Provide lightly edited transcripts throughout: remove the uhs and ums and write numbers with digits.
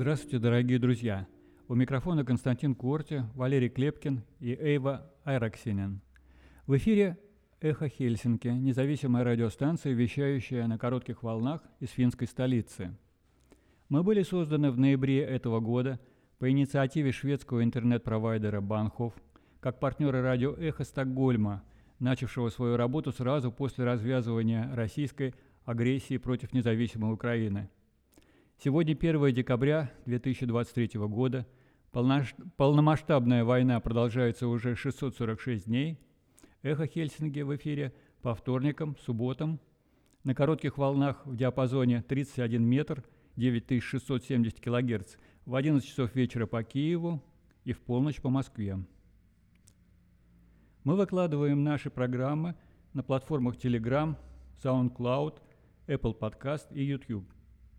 Здравствуйте, дорогие друзья! У микрофона Константин Куорти, Валерий Клепкин и Эйва Айраксинен. В эфире «Эхо Хельсинки», независимая радиостанция, вещающая на коротких волнах из финской столицы. Мы были созданы в ноябре этого года по инициативе шведского интернет-провайдера Банхоф, как партнеры радио «Эхо» Стокгольма, начавшего свою работу сразу после развязывания российской агрессии против независимой Украины. Сегодня 1 декабря 2023 года, полномасштабная война продолжается уже 646 дней. «Эхо Хельсинки» в эфире по вторникам, субботам, на коротких волнах в диапазоне 31 метр, 9670 кГц, в 11 часов вечера по Киеву и в полночь по Москве. Мы выкладываем наши программы на платформах Telegram, SoundCloud, Apple Podcast и YouTube.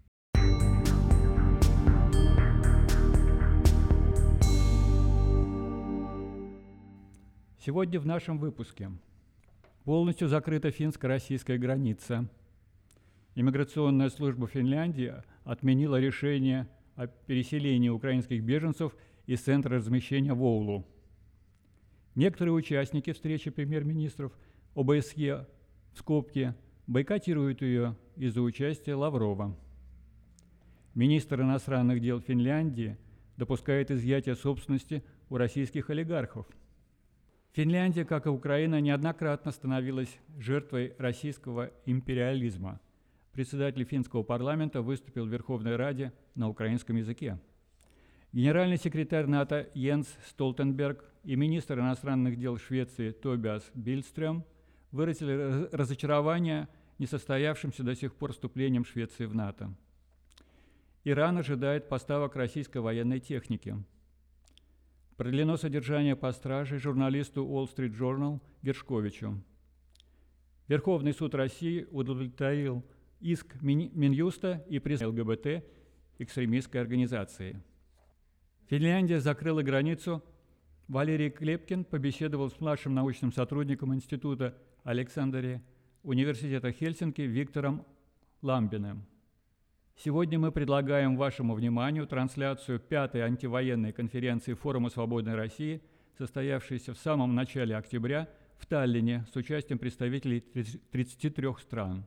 Сегодня в нашем выпуске полностью закрыта финско-российская граница. Иммиграционная служба Финляндии отменила решение о переселении украинских беженцев из центра размещения в Оулу. Некоторые участники встречи премьер-министров ОБСЕ в Скопье бойкотируют ее из-за участия Лаврова. Министр иностранных дел Финляндии допускает изъятие собственности у российских олигархов. Финляндия, как и Украина, неоднократно становилась жертвой российского империализма. Председатель финского парламента выступил в Верховной Раде на украинском языке. Генеральный секретарь НАТО Йенс Столтенберг и министр иностранных дел Швеции Тобиас Бильстрём выразили разочарование несостоявшимся до сих пор вступлением Швеции в НАТО. Иран ожидает поставок российской военной техники. Продлено содержание под стражей журналисту Wall Street Journal Гершковичу. Верховный суд России удовлетворил иск Минюста и признал ЛГБТ экстремистской организацией. Финляндия закрыла границу. Валерий Клепкин побеседовал с младшим научным сотрудником Института Александрии Университета Хельсинки Виктором Ламбиным. Сегодня мы предлагаем вашему вниманию трансляцию 5-й антивоенной конференции Форума Свободной России, состоявшейся в самом начале октября в Таллине с участием представителей 33 стран.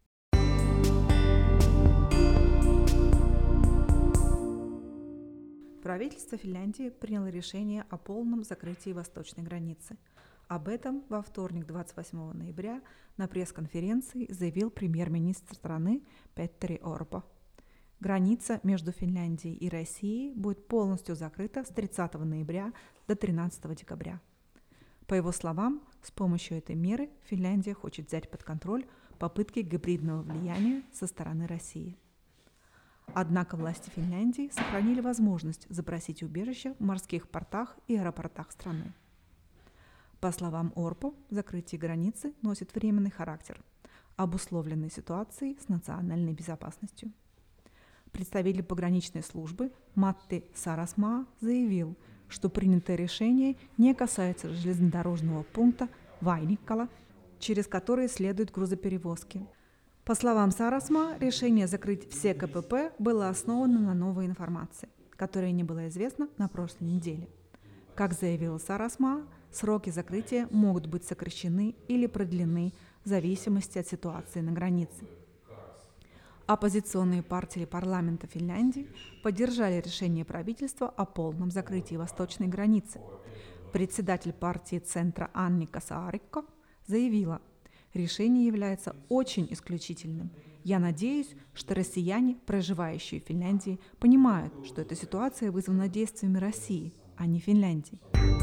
Правительство Финляндии приняло решение о полном закрытии восточной границы. Об этом во вторник, 28 ноября, на пресс-конференции заявил премьер-министр страны Петтери Орпо. Граница между Финляндией и Россией будет полностью закрыта с 30 ноября до 13 декабря. По его словам, с помощью этой меры Финляндия хочет взять под контроль попытки гибридного влияния со стороны России. Однако власти Финляндии сохранили возможность запросить убежище в морских портах и аэропортах страны. По словам Орпо, закрытие границы носит временный характер, обусловленный ситуацией с национальной безопасностью. Представитель пограничной службы Матти Сарасмаа заявил, что принятое решение не касается железнодорожного пункта Вайниккала, через который следуют грузоперевозки. По словам Сарасмаа, решение закрыть все КПП было основано на новой информации, которая не была известна на прошлой неделе. Как заявил Сарасмаа, сроки закрытия могут быть сокращены или продлены в зависимости от ситуации на границе. Оппозиционные партии парламента Финляндии поддержали решение правительства о полном закрытии восточной границы. Председатель партии Центра Анника Саарикко заявила: «Решение является очень исключительным. Я надеюсь, что россияне, проживающие в Финляндии, понимают, что эта ситуация вызвана действиями России, а не Финляндии».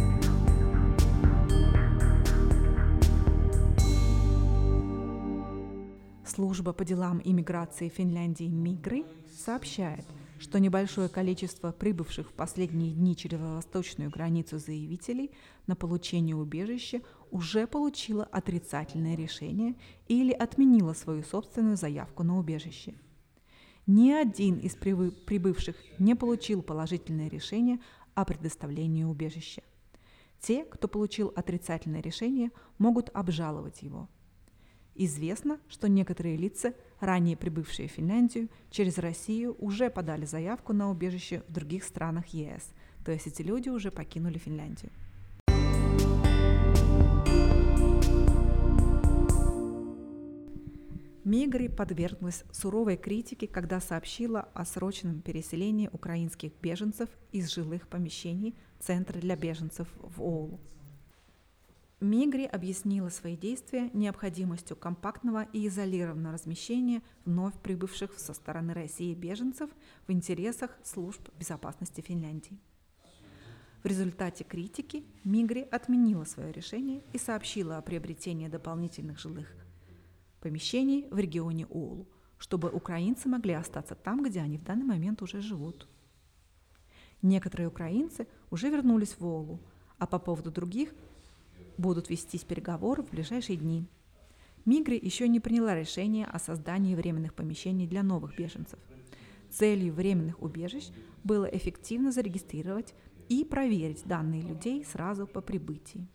Служба по делам иммиграции Финляндии Мигры сообщает, что небольшое количество прибывших в последние дни через восточную границу заявителей на получение убежища уже получило отрицательное решение или отменило свою собственную заявку на убежище. Ни один из прибывших не получил положительное решение о предоставлении убежища. Те, кто получил отрицательное решение, могут обжаловать его. Известно, что некоторые лица, ранее прибывшие в Финляндию, через Россию уже подали заявку на убежище в других странах ЕС, то есть эти люди уже покинули Финляндию. Мигри подверглась суровой критике, когда сообщила о срочном переселении украинских беженцев из жилых помещений Центра для беженцев в Оулу. Мигри объяснила свои действия необходимостью компактного и изолированного размещения вновь прибывших со стороны России беженцев в интересах служб безопасности Финляндии. В результате критики Мигри отменила свое решение и сообщила о приобретении дополнительных жилых помещений в регионе Оулу, чтобы украинцы могли остаться там, где они в данный момент уже живут. Некоторые украинцы уже вернулись в Оулу, а по поводу других будут вестись переговоры в ближайшие дни. Мигри еще не приняла решение о создании временных помещений для новых беженцев. Целью временных убежищ было эффективно зарегистрировать и проверить данные людей сразу по прибытии.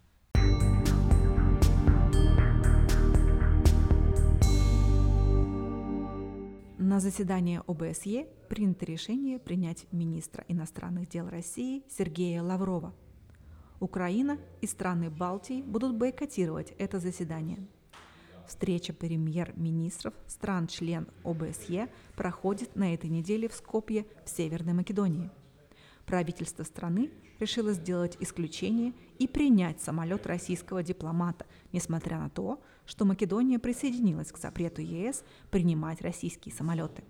На заседании ОБСЕ принято решение принять министра иностранных дел России Сергея Лаврова. Украина и страны Балтии будут бойкотировать это заседание. Встреча премьер-министров стран-член ОБСЕ проходит на этой неделе в Скопье в Северной Македонии. Правительство страны решило сделать исключение и принять самолет российского дипломата, несмотря на то, что Македония присоединилась к запрету ЕС принимать российские самолеты.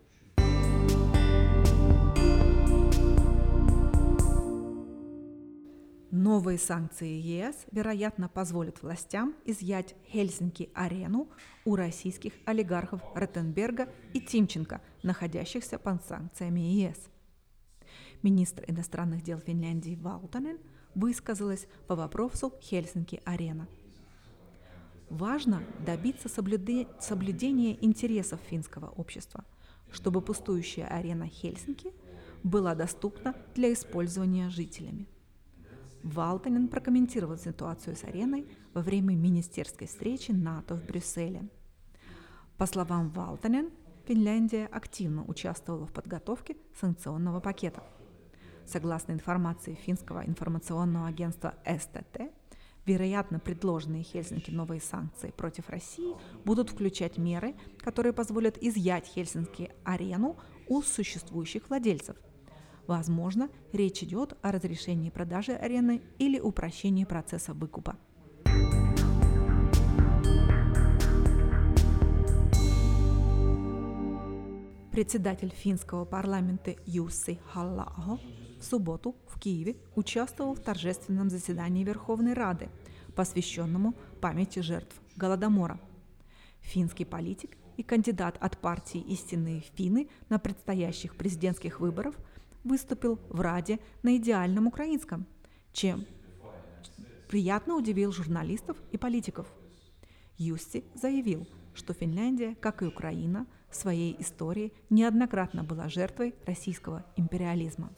Новые санкции ЕС, вероятно, позволят властям изъять Хельсинки-арену у российских олигархов Ротенберга и Тимченко, находящихся под санкциями ЕС. Министр иностранных дел Финляндии Валтонен высказалась по вопросу Хельсинки-арена. Важно добиться соблюдения интересов финского общества, чтобы пустующая арена Хельсинки была доступна для использования жителями. Валтонен прокомментировал ситуацию с ареной во время министерской встречи НАТО в Брюсселе. По словам Валтонен, Финляндия активно участвовала в подготовке санкционного пакета. Согласно информации финского информационного агентства СТТ, вероятно, предложенные Хельсинки новые санкции против России будут включать меры, которые позволят изъять Хельсинки-арену у существующих владельцев. Возможно, речь идет о разрешении продажи арены или упрощении процесса выкупа. Председатель финского парламента Jussi Halla-aho в субботу в Киеве участвовал в торжественном заседании Верховной Рады, посвященному памяти жертв Голодомора. Финский политик и кандидат от партии «Истинные финны» на предстоящих президентских выборах выступил в Раде на идеальном украинском, чем приятно удивил журналистов и политиков. Юсси заявил, что Финляндия, как и Украина, в своей истории неоднократно была жертвой российского империализма.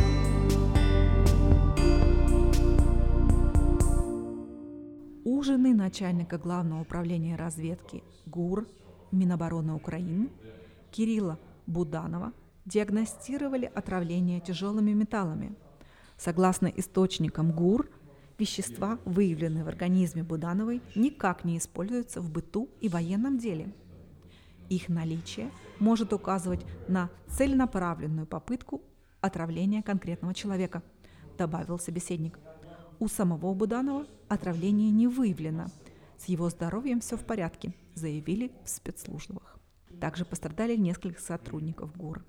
У жены начальника Главного управления разведки ГУР Минобороны Украины Кирилла Буданова диагностировали отравление тяжелыми металлами. Согласно источникам ГУР, вещества, выявленные в организме Будановой, никак не используются в быту и военном деле. Их наличие может указывать на целенаправленную попытку отравления конкретного человека, добавил собеседник. У самого Буданова отравление не выявлено. С его здоровьем все в порядке, заявили в спецслужбах. Также пострадали несколько сотрудников ГУР.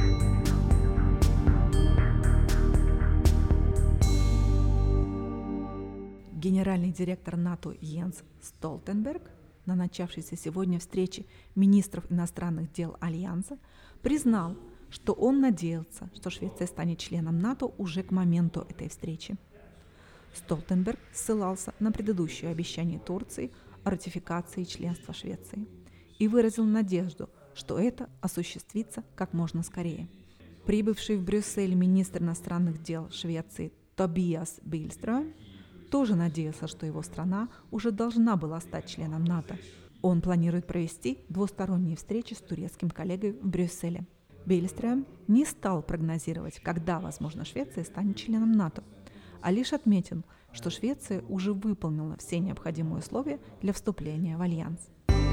Генеральный директор НАТО Йенс Столтенберг на начавшейся сегодня встрече министров иностранных дел Альянса признал, что он надеялся, что Швеция станет членом НАТО уже к моменту этой встречи. Столтенберг ссылался на предыдущее обещание Турции о ратификации членства Швеции и выразил надежду, что это осуществится как можно скорее. Прибывший в Брюссель министр иностранных дел Швеции Тобиас Бильстрöm тоже надеялся, что его страна уже должна была стать членом НАТО. Он планирует провести двусторонние встречи с турецким коллегой в Брюсселе. Биллстрöm не стал прогнозировать, когда, возможно, Швеция станет членом НАТО, а лишь отметил, что Швеция уже выполнила все необходимые условия для вступления в альянс.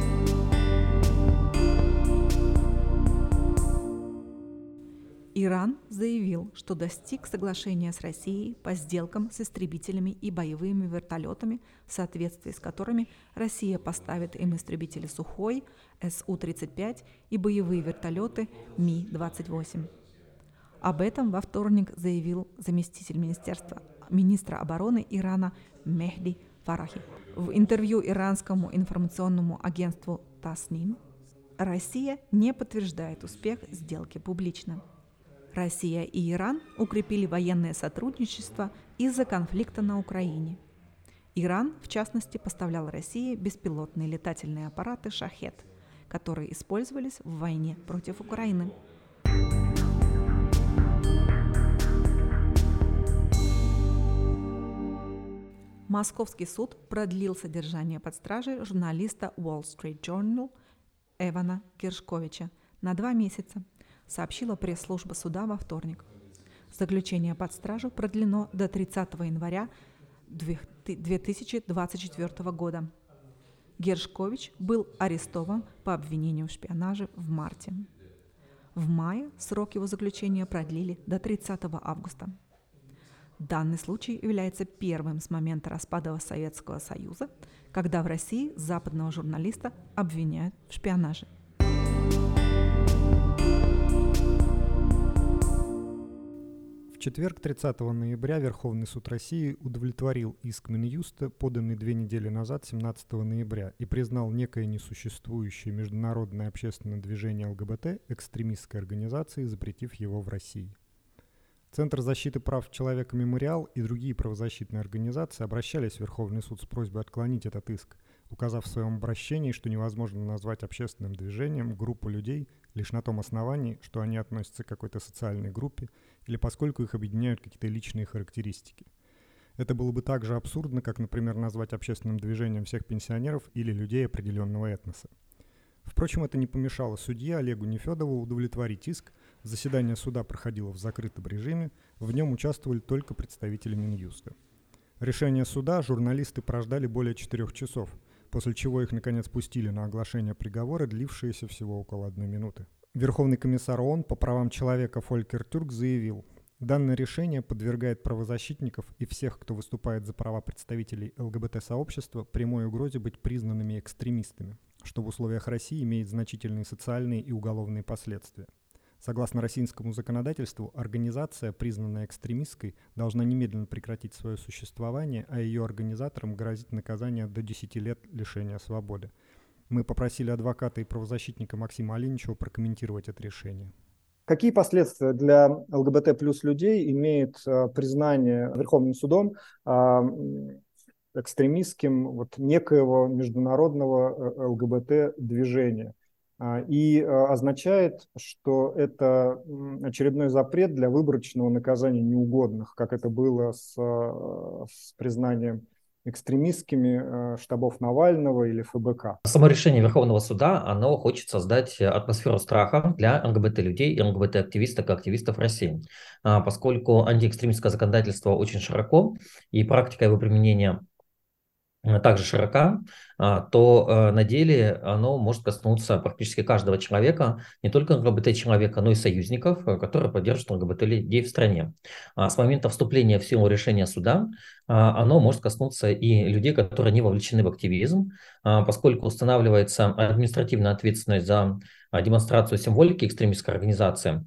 Иран заявил, что достиг соглашения с Россией по сделкам с истребителями и боевыми вертолетами, в соответствии с которыми Россия поставит им истребители Сухой, Су-35 и боевые вертолеты Ми-28. Об этом во вторник заявил заместитель министра обороны Ирана Мехди Фарахи. В интервью иранскому информационному агентству Тасним Россия не подтверждает успех сделки публично. Россия и Иран укрепили военное сотрудничество из-за конфликта на Украине. Иран, в частности, поставлял России беспилотные летательные аппараты «Шахед», которые использовались в войне против Украины. Московский суд продлил содержание под стражей журналиста Wall Street Journal Эвана Гершковича на 2 месяца, сообщила пресс-служба суда во вторник. Заключение под стражу продлено до 30 января 2024 года. Гершкович был арестован по обвинению в шпионаже в марте. В мае срок его заключения продлили до 30 августа. Данный случай является первым с момента распада Советского Союза, когда в России западного журналиста обвиняют в шпионаже. В четверг, 30 ноября, Верховный суд России удовлетворил иск Минюста, поданный 2 недели назад, 17 ноября, и признал некое несуществующее международное общественное движение ЛГБТ экстремистской организацией, запретив его в России. Центр защиты прав человека «Мемориал» и другие правозащитные организации обращались в Верховный суд с просьбой отклонить этот иск, указав в своем обращении, что невозможно назвать общественным движением группу людей лишь на том основании, что они относятся к какой-то социальной группе или поскольку их объединяют какие-то личные характеристики. Это было бы так же абсурдно, как, например, назвать общественным движением всех пенсионеров или людей определенного этноса. Впрочем, это не помешало судье Олегу Нефёдову удовлетворить иск. Заседание суда проходило в закрытом режиме, в нем участвовали только представители Минюста. Решение суда журналисты прождали более 4 часов, после чего их наконец пустили на оглашение приговора, длившееся всего около 1 минуты. Верховный комиссар ООН по правам человека Фолькер Тюрк заявил: данное решение подвергает правозащитников и всех, кто выступает за права представителей ЛГБТ-сообщества, прямой угрозе быть признанными экстремистами, что в условиях России имеет значительные социальные и уголовные последствия. Согласно российскому законодательству, организация, признанная экстремистской, должна немедленно прекратить свое существование, а ее организаторам грозит наказание до 10 лет лишения свободы. Мы попросили адвоката и правозащитника Максима Оленичева прокомментировать это решение. Какие последствия для ЛГБТ плюс людей имеет признание Верховным судом экстремистским некоего международного ЛГБТ-движения? И означает, что это очередной запрет для выборочного наказания неугодных, как это было с признанием экстремистскими штабов Навального или ФБК. Само решение Верховного суда, оно хочет создать атмосферу страха для ЛГБТ-людей и ЛГБТ-активисток и активистов России. Поскольку антиэкстремистское законодательство очень широко и практика его применения также широка, то на деле оно может коснуться практически каждого человека, не только ЛГБТ-человека, но и союзников, которые поддерживают ЛГБТ-людей в стране. С момента вступления в силу решения суда оно может коснуться и людей, которые не вовлечены в активизм, поскольку устанавливается административная ответственность за демонстрацию символики экстремистской организации.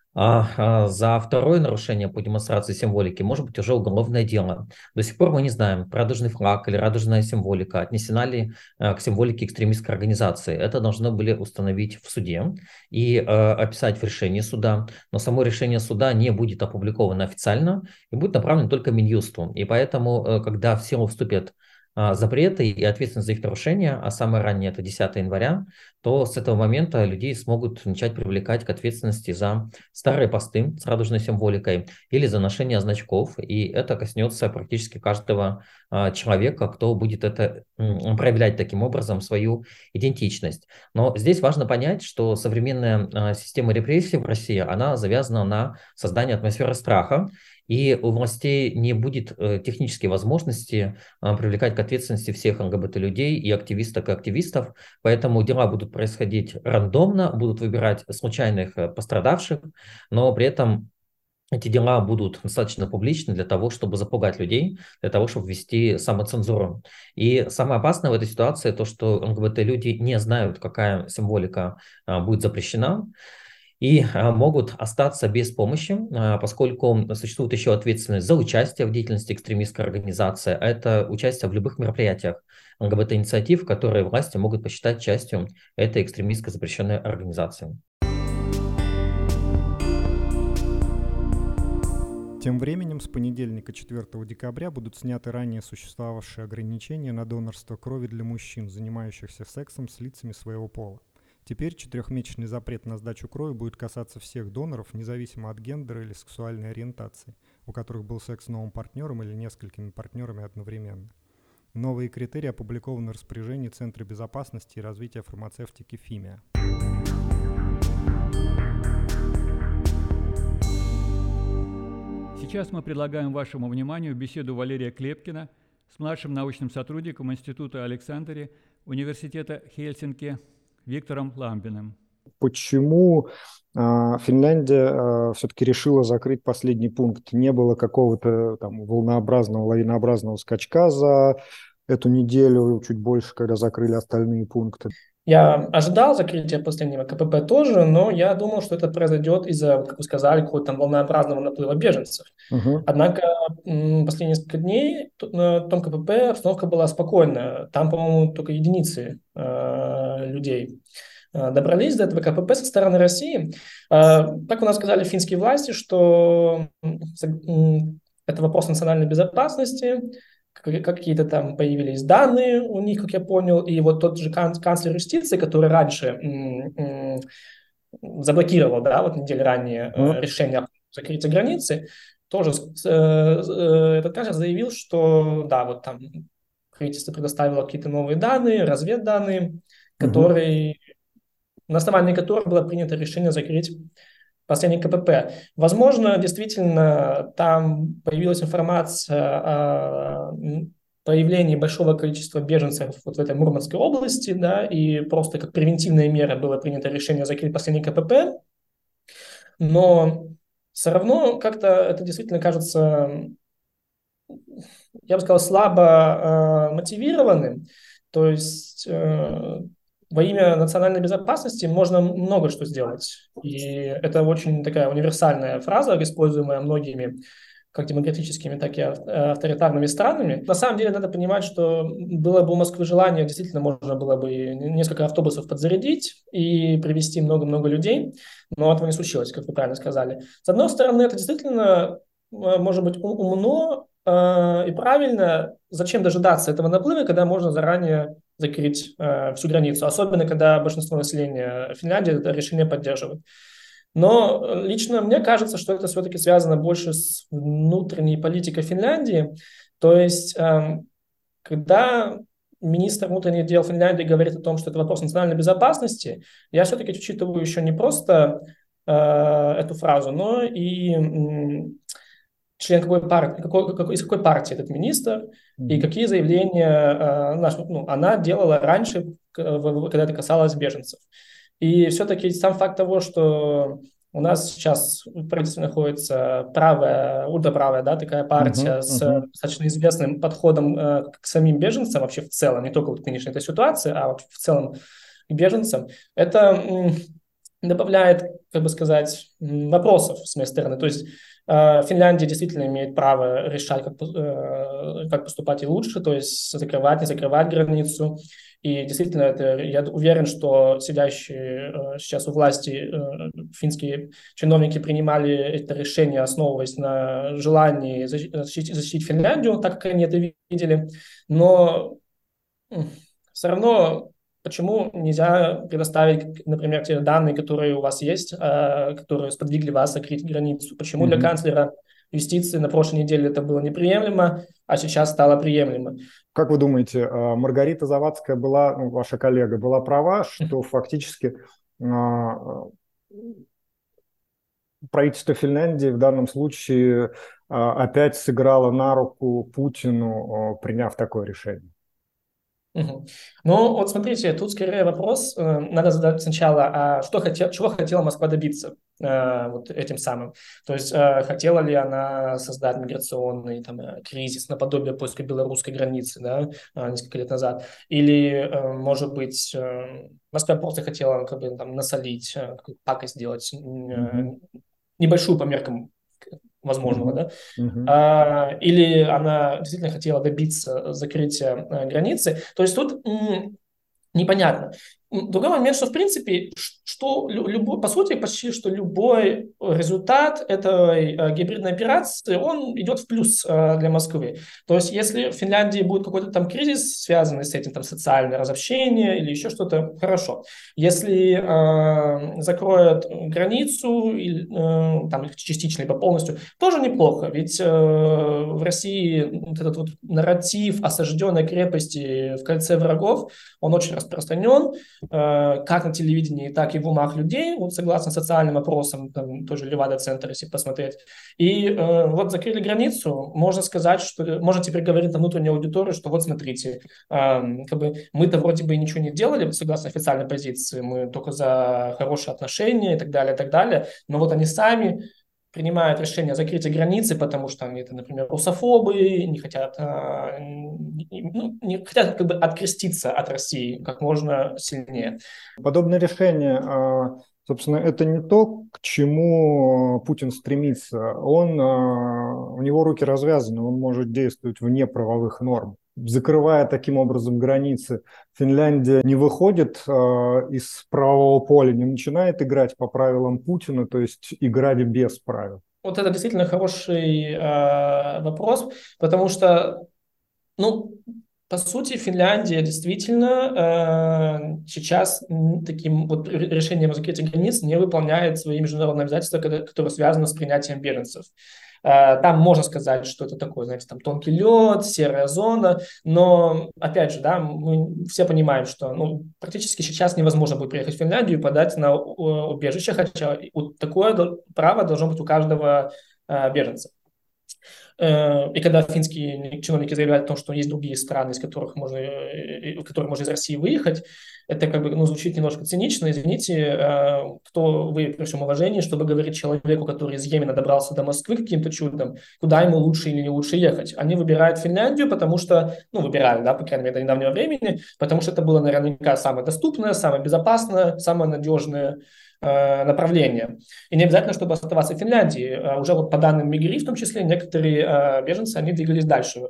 За второе нарушение по демонстрации символики может быть уже уголовное дело. До сих пор мы не знаем, радужный флаг или радужная символика отнесена ли к символике экстремистской организации. Это должны были установить в суде и описать в решении суда. Но само решение суда не будет опубликовано официально и будет направлено только Минюсту. И поэтому, когда в силу вступит запреты и ответственность за их нарушение, а самое раннее это 10 января, то с этого момента людей смогут начать привлекать к ответственности за старые посты с радужной символикой или за ношение значков, и это коснется практически каждого человека, кто будет это проявлять таким образом свою идентичность. Но здесь важно понять, что современная система репрессий в России, она завязана на создании атмосферы страха, и у властей не будет технической возможности привлекать к ответственности всех ЛГБТ-людей и активисток, поэтому дела будут происходить рандомно, будут выбирать случайных пострадавших, но при этом эти дела будут достаточно публичны для того, чтобы запугать людей, для того, чтобы ввести самоцензуру. И самое опасное в этой ситуации то, что ЛГБТ-люди не знают, какая символика будет запрещена, и могут остаться без помощи, поскольку существует еще ответственность за участие в деятельности экстремистской организации, а это участие в любых мероприятиях ЛГБТ-инициатив, которые власти могут посчитать частью этой экстремистской запрещенной организации. Тем временем с понедельника 4 декабря будут сняты ранее существовавшие ограничения на донорство крови для мужчин, занимающихся сексом с лицами своего пола. Теперь 4-месячный запрет на сдачу крови будет касаться всех доноров, независимо от гендера или сексуальной ориентации, у которых был секс с новым партнером или несколькими партнерами одновременно. Новые критерии опубликованы в распоряжении Центра безопасности и развития фармацевтики ФИМИА. Сейчас мы предлагаем вашему вниманию беседу Валерия Клепкина с младшим научным сотрудником Института Александри Университета Хельсинки Виктором Ламбиным. Почему Финляндия все-таки решила закрыть последний пункт? Не было какого-то там волнообразного, лавинообразного скачка за эту неделю, чуть больше, когда закрыли остальные пункты? Я ожидал закрытия последнего КПП тоже, но я думал, что это произойдет из-за, как вы сказали, какого-то там волнообразного наплыва беженцев. Однако последние несколько дней на том КПП обстановка была спокойная. Там, по-моему, только единицы людей добрались до этого КПП со стороны России. Как у нас сказали финские власти, что это вопрос национальной безопасности, какие-то там появились данные у них, как я понял, и вот тот же канцлер юстиции, который раньше заблокировал, да, вот неделю ранее решение о закрытии границы, тоже этот канцлер заявил, что да, вот там правительство предоставило какие-то новые данные, разведданные, которые, на основании которых было принято решение закрыть последний КПП. Возможно, действительно, там появилась информация о появлении большого количества беженцев вот в этой Мурманской области, да, и просто как превентивная мера было принято решение закрыть последний КПП. Но все равно как-то это действительно кажется, я бы сказал, слабо мотивированным. То есть во имя национальной безопасности можно много что сделать. И это очень такая универсальная фраза, используемая многими как демократическими, так и авторитарными странами. На самом деле надо понимать, что было бы у Москвы желание, действительно можно было бы несколько автобусов подзарядить и привезти много-много людей, но этого не случилось, как вы правильно сказали. С одной стороны, это действительно может быть умно и правильно. Зачем дожидаться этого наплыва, когда можно заранее закрыть всю границу, особенно когда большинство населения Финляндии это решение поддерживает. Но лично мне кажется, что это все-таки связано больше с внутренней политикой Финляндии. То есть, когда министр внутренних дел Финляндии говорит о том, что это вопрос национальной безопасности, я все-таки учитываю еще не просто эту фразу, но и член какой партии, из какой партии этот министр, и какие заявления она делала раньше, когда это касалось беженцев. И все-таки сам факт того, что у нас сейчас в правительстве находится правая, ультраправая, да, такая партия с достаточно известным подходом к самим беженцам, вообще в целом, не только вот нынешней этой ситуации, а вообще в целом к беженцам, это добавляет, как бы сказать, вопросов с моей стороны. То есть Финляндия действительно имеет право решать, как поступать и лучше, то есть закрывать, не закрывать границу. И действительно, я уверен, что сидящие сейчас у власти финские чиновники принимали это решение, основываясь на желании защитить Финляндию, так как они это видели. Но все равно, почему нельзя предоставить, например, те данные, которые у вас есть, которые сподвигли вас закрыть границу? Почему для канцлера юстиции на прошлой неделе это было неприемлемо, а сейчас стало приемлемо? Как вы думаете, Маргарита Завадская была, ваша коллега, была права, что фактически правительство Финляндии в данном случае опять сыграло на руку Путину, приняв такое решение? Ну, вот смотрите, тут скорее вопрос, надо задать сначала, чего хотела Москва добиться вот этим самым. То есть хотела ли она создать миграционный кризис наподобие польско-белорусской границы, да, несколько лет назад, или, может быть, Москва просто хотела насолить, какую-то пакость сделать, небольшую по меркам возможного, да? Или она действительно хотела добиться закрытия границы. То есть тут непонятно. Другой момент, что в принципе, по сути, почти что любой результат этой гибридной операции, он идет в плюс для Москвы. То есть если в Финляндии будет какой-то кризис, связанный с этим, социальное разобщение или еще что-то, хорошо. Если закроют границу, или, частично либо полностью, тоже неплохо. Ведь в России этот вот нарратив осажденной крепости в кольце врагов, он очень распространен, как на телевидении, так и в умах людей, вот согласно социальным опросам, тоже Левада-центр, если посмотреть. И вот закрыли границу, можно сказать, что можно теперь говорить на внутреннюю аудиторию, что вот смотрите, мы-то вроде бы ничего не делали, согласно официальной позиции, мы только за хорошие отношения и так далее, но вот они сами принимают решение о закрытии границы, потому что они, например, русофобы, не хотят откреститься от России как можно сильнее. Подобное решение, собственно, это не то, к чему Путин стремится. У него руки развязаны, он может действовать вне правовых норм. Закрывая таким образом границы, Финляндия не выходит из правового поля, не начинает играть по правилам Путина, то есть играть без правил. Вот это действительно хороший вопрос, потому что, по сути, Финляндия действительно сейчас таким вот решением о закрытии границ не выполняет свои международные обязательства, которые связаны с принятием беженцев. Там можно сказать, что это такое, знаете, тонкий лед, серая зона, но, опять же, да, мы все понимаем, что практически сейчас невозможно будет приехать в Финляндию и подать на убежище, хотя такое право должно быть у каждого беженца. И когда финские чиновники заявляют о том, что есть другие страны, в которые можно из России выехать, это звучит немножко цинично. Извините, кто вы, при всем уважении, чтобы говорить человеку, который из Йемена добрался до Москвы каким-то чудом, куда ему лучше или не лучше ехать. Они выбирают Финляндию, потому что, выбирали, да, по крайней мере, до недавнего времени, потому что это было наверняка самое доступное, самое безопасное, самое надежное направление. И не обязательно, чтобы оставаться в Финляндии. Уже вот по данным МИГРИ, в том числе, некоторые беженцы, они двигались дальше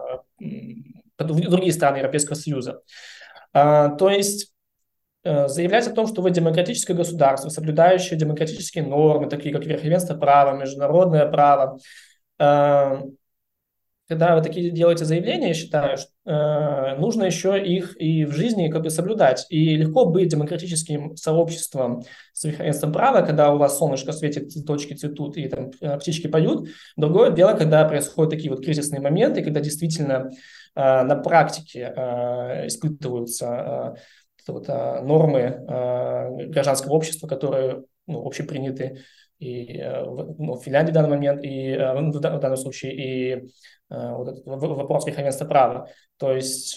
в другие страны Европейского Союза. То есть заявлять о том, что вы демократическое государство, соблюдающее демократические нормы, такие как верховенство права, международное право, когда вы такие делаете заявления, я считаю, что нужно еще их и в жизни соблюдать. И легко быть демократическим сообществом с верховенством права, когда у вас солнышко светит, цветочки цветут и птички поют. Другое дело, когда происходят такие вот кризисные моменты, когда действительно на практике испытываются нормы гражданского общества, которые общеприняты и в Финляндии в данный момент, и в данном случае, и вот этот вопрос верховенства права. То есть,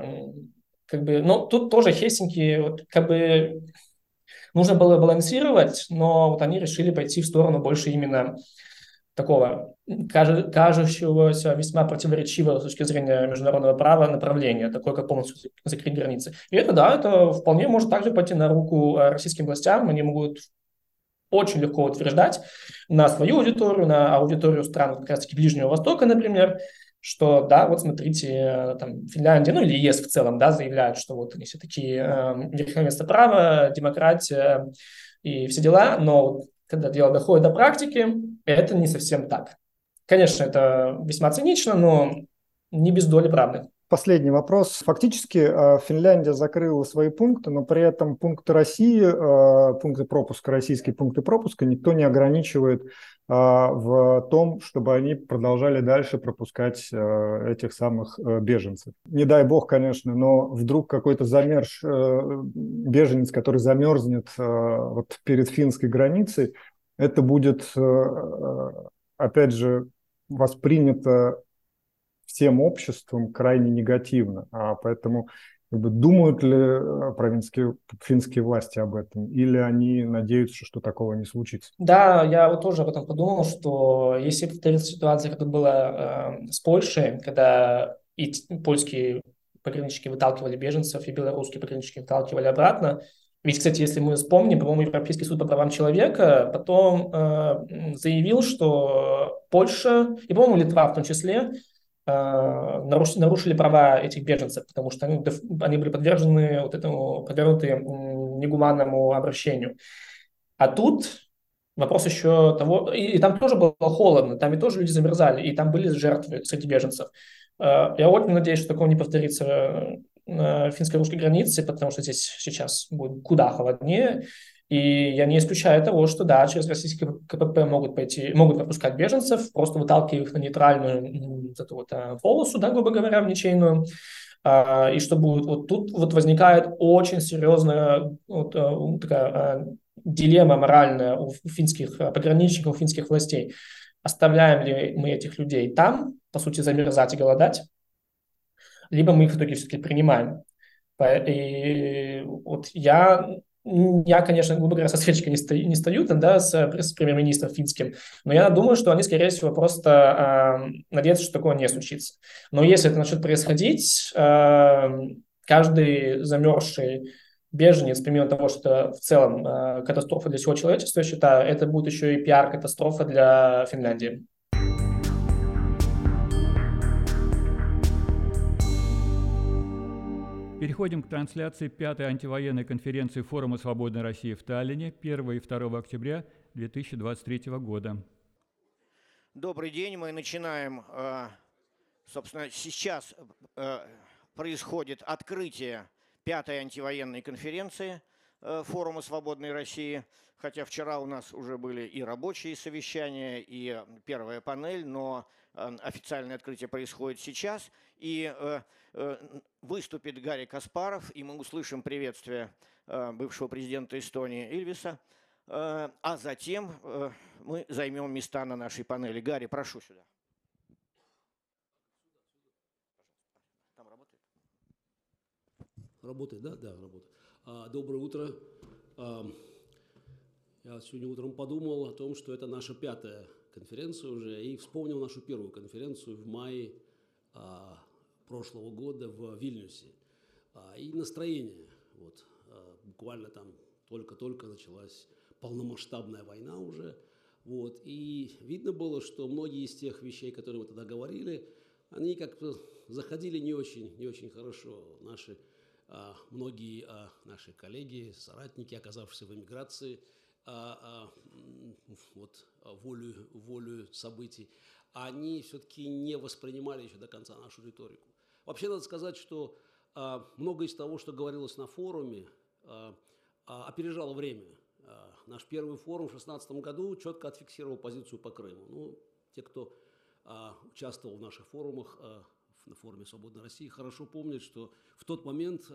тут тоже Хельсинки, нужно было балансировать, но вот они решили пойти в сторону больше именно такого кажущегося весьма противоречивого с точки зрения международного права направления, такое как полностью закрыть границы. И это вполне может также пойти на руку российским властям, они могут очень легко утверждать на свою аудиторию, на аудиторию стран как раз-таки Ближнего Востока, например, что, да, вот смотрите, там, Финляндия, ну, или ЕС в целом, да, заявляют, что вот они все-таки верховенство права, демократия и все дела, но когда дело доходит до практики, это не совсем так. Конечно, это весьма цинично, но не без доли правды. Последний вопрос. Фактически Финляндия закрыла свои пункты, но при этом пункты России, пункты пропуска, российские пункты пропуска никто не ограничивает в том, чтобы они продолжали дальше пропускать этих самых беженцев. Не дай бог, конечно, но вдруг какой-то беженец, который замерзнет вот перед финской границей, это будет, опять же, воспринято всем обществом крайне негативно. Поэтому думают ли финские власти об этом, или они надеются, что такого не случится? Да, я вот тоже об этом подумал, что если повторится ситуация, как была с Польшей, когда и польские пограничники выталкивали беженцев, и белорусские пограничники выталкивали обратно. Ведь, кстати, если мы вспомним, по-моему, Европейский суд по правам человека потом заявил, что Польша, и, по-моему, Литва в том числе, нарушили права этих беженцев, потому что они были подвергнуты негуманному обращению. А тут вопрос еще того, и там тоже было холодно, там и тоже люди замерзали, и там были жертвы среди беженцев. Я очень надеюсь, что такого не повторится на финско-русской границе, потому что здесь сейчас будет куда холоднее. И я не исключаю того, что да, через российский КПП могут пропускать беженцев, просто выталкивая их на нейтральную полосу, да, грубо говоря, в ничейную. И что будет вот тут вот возникает очень серьезная такая дилемма моральная у финских пограничников, у финских властей. Оставляем ли мы этих людей там, по сути, замерзать и голодать, либо мы их в итоге все-таки принимаем. И вот я, конечно, грубо говоря, со свечкой не стою там, да, с премьер-министром финским, но я думаю, что они, скорее всего, просто надеются, что такого не случится. Но если это начнет происходить, каждый замерзший беженец, помимо того, что это в целом катастрофа для всего человечества, я считаю, это будет еще и пиар-катастрофа для Финляндии. Переходим к трансляции 5-й антивоенной конференции Форума Свободной России в Таллине 1 и 2 октября 2023 года. Добрый день, мы начинаем, собственно, сейчас происходит открытие 5-й антивоенной конференции Форума Свободной России, хотя вчера у нас уже были и рабочие совещания, и первая панель, но официальное открытие происходит сейчас, и выступит Гарри Каспаров, и мы услышим приветствие бывшего президента Эстонии Ильвиса, а затем мы займем места на нашей панели. Гарри, прошу сюда. Там работает? Работает, да? Да, работает. Доброе утро. Я сегодня утром подумал о том, что это наша 5-я конференция уже, и вспомнил нашу первую конференцию в мае прошлого года в Вильнюсе. И настроение, вот, буквально там только-только началась полномасштабная война уже, вот, и видно было, что многие из тех вещей, которые мы тогда говорили, они как-то заходили не очень хорошо. Многие наши коллеги, соратники, оказавшиеся в эмиграции, волю событий, они все-таки не воспринимали еще до конца нашу риторику. Вообще, надо сказать, что многое из того, что говорилось на форуме, опережало время. Наш первый форум в 2016 году четко отфиксировал позицию по Крыму. Ну, те, кто участвовал в наших форумах, на форуме «Свободной России», хорошо помнят, что в тот момент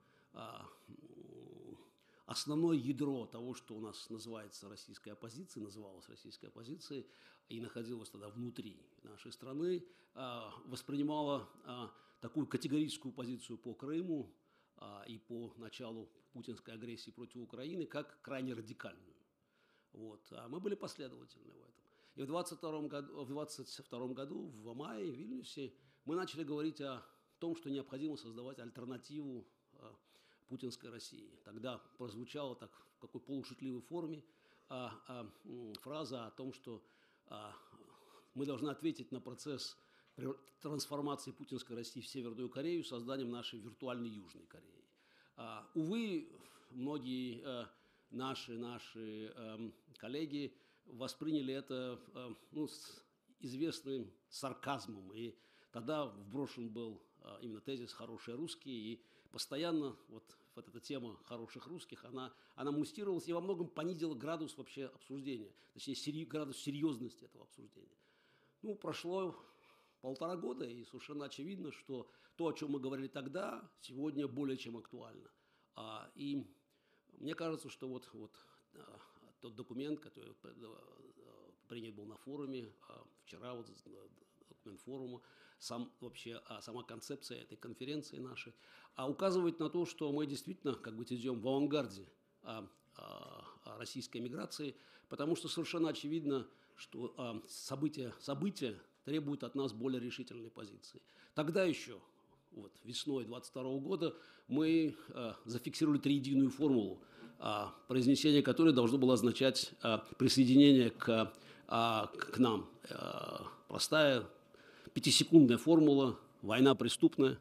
основное ядро того, что у нас называется российской оппозицией, называлось российской оппозицией и находилось тогда внутри нашей страны, воспринимало такую категорическую позицию по Крыму и по началу путинской агрессии против Украины как крайне радикальную. Вот. А мы были последовательны в этом. И в 2022 году в мае в Вильнюсе мы начали говорить о том, что необходимо создавать альтернативу путинской России. Тогда прозвучала так в какой полушутливой форме фраза о том, что мы должны ответить на процесс трансформации путинской России в Северную Корею, созданием нашей виртуальной Южной Кореи. Увы, многие наши коллеги восприняли это с известным сарказмом, и тогда вброшен был именно тезис «хорошие русские», и постоянно вот эта тема хороших русских, она муссировалась и во многом понизила градус вообще обсуждения, точнее градус серьезности этого обсуждения. Прошло 1,5 года, и совершенно очевидно, что то, о чем мы говорили тогда, сегодня более чем актуально. И мне кажется, что вот тот документ, который принят был на форуме, вчера документ форума, сама концепция этой конференции нашей, указывает на то, что мы действительно идем в авангарде российской миграции, потому что совершенно очевидно, что события требуют от нас более решительной позиции. Тогда еще, весной 2022 года, мы зафиксировали триединую формулу, произнесение которой должно было означать присоединение к нам. Простая 5-секундная формула: война преступная,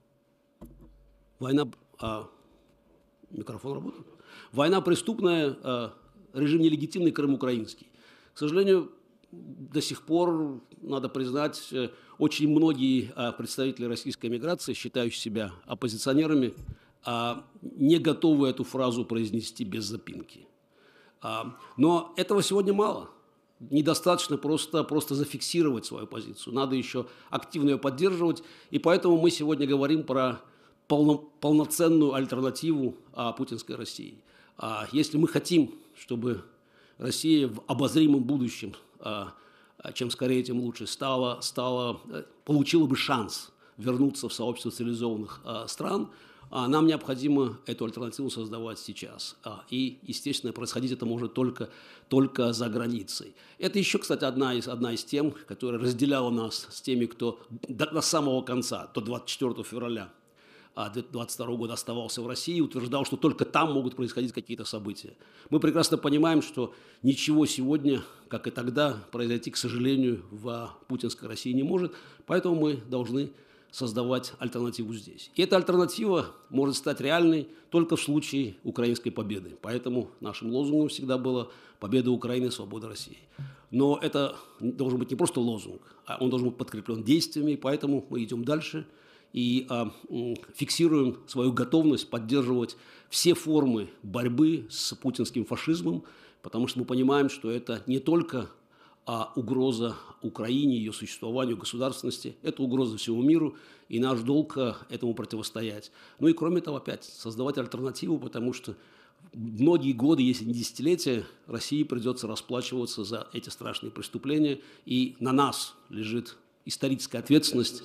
микрофон работает? Война преступная, режим нелегитимный, Крым украинский. К сожалению, до сих пор, надо признать, очень многие представители российской миграции, считающие себя оппозиционерами, не готовы эту фразу произнести без запинки. Но этого сегодня мало. Недостаточно просто зафиксировать свою позицию. Надо еще активно ее поддерживать. И поэтому мы сегодня говорим про полноценную альтернативу путинской России. Если мы хотим, чтобы Россия в обозримом будущем, чем скорее, тем лучше, получила бы шанс вернуться в сообщество цивилизованных стран, нам необходимо эту альтернативу создавать сейчас. И, естественно, происходить это может только за границей. Это еще, кстати, одна из тем, которая разделяла нас с теми, кто до самого конца, до 24 февраля 2022 года оставался в России и утверждал, что только там могут происходить какие-то события. Мы прекрасно понимаем, что ничего сегодня, как и тогда, произойти, к сожалению, в путинской России не может, поэтому мы должны создавать альтернативу здесь. И эта альтернатива может стать реальной только в случае украинской победы. Поэтому нашим лозунгом всегда было «Победа Украины, свобода России». Но это должен быть не просто лозунг, а он должен быть подкреплен действиями, поэтому мы идем дальше и фиксируем свою готовность поддерживать все формы борьбы с путинским фашизмом, потому что мы понимаем, что это не только угроза Украине, ее существованию, государственности, это угроза всему миру, и наш долг этому противостоять. Ну и кроме того, опять, создавать альтернативу, потому что многие годы, если не десятилетия, России придется расплачиваться за эти страшные преступления, и на нас лежит историческая ответственность